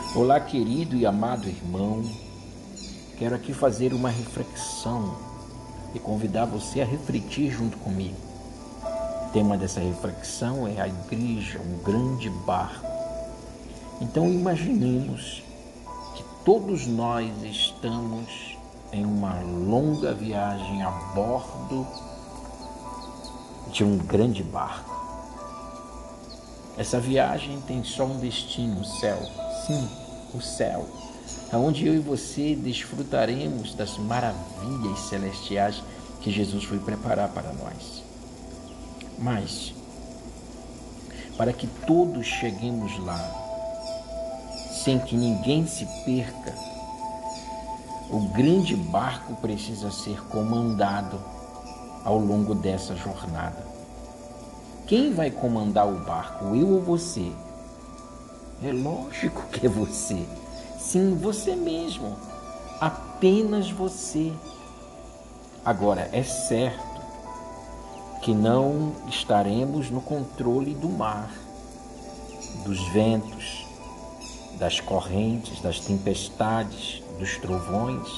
Olá, querido e amado irmão. Quero aqui fazer uma reflexão e convidar você a refletir junto comigo. O tema dessa reflexão é a igreja, um grande barco. Então imaginemos que todos nós estamos em uma longa viagem a bordo de um grande barco. Essa viagem tem só um destino, o céu. Sim, o céu, onde eu e você desfrutaremos das maravilhas celestiais que Jesus foi preparar para nós. Mas, para que todos cheguemos lá, sem que ninguém se perca, o grande barco precisa ser comandado ao longo dessa jornada. Quem vai comandar o barco, eu ou você? É lógico que é você. Sim, você mesmo. Apenas você. Agora, é certo que não estaremos no controle do mar, dos ventos, das correntes, das tempestades, dos trovões.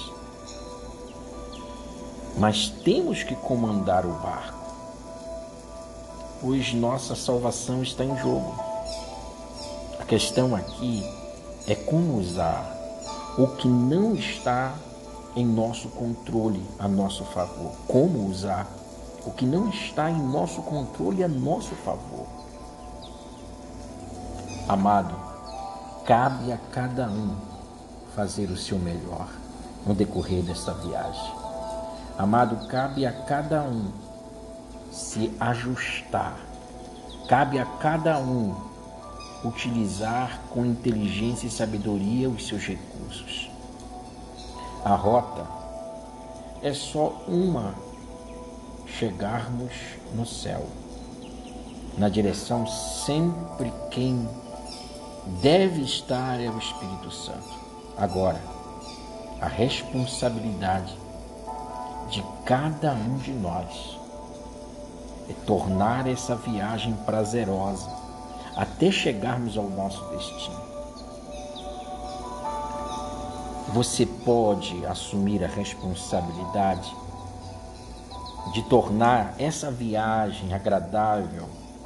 Mas temos que comandar o barco, pois nossa salvação está em jogo. A questão aqui é como usar o que não está em nosso controle a nosso favor. Como usar o que não está em nosso controle a nosso favor. Amado, cabe a cada um fazer o seu melhor no decorrer desta viagem. Amado, cabe a cada um se ajustar. Cabe a cada um utilizar com inteligência e sabedoria os seus recursos. A rota é só uma: chegarmos no céu. Na direção sempre quem deve estar é o Espírito Santo. Agora, a responsabilidade de cada um de nós é tornar essa viagem prazerosa até chegarmos ao nosso destino. Você pode assumir a responsabilidade de tornar essa viagem agradável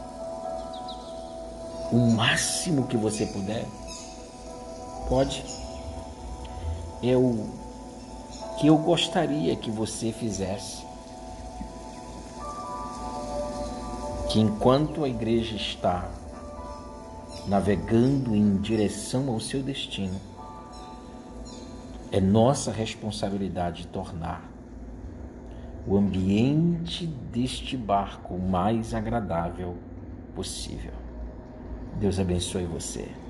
o máximo que você puder? Pode. É o que eu gostaria que você fizesse. Que enquanto a igreja está navegando em direção ao seu destino, é nossa responsabilidade tornar o ambiente deste barco o mais agradável possível. Deus abençoe você.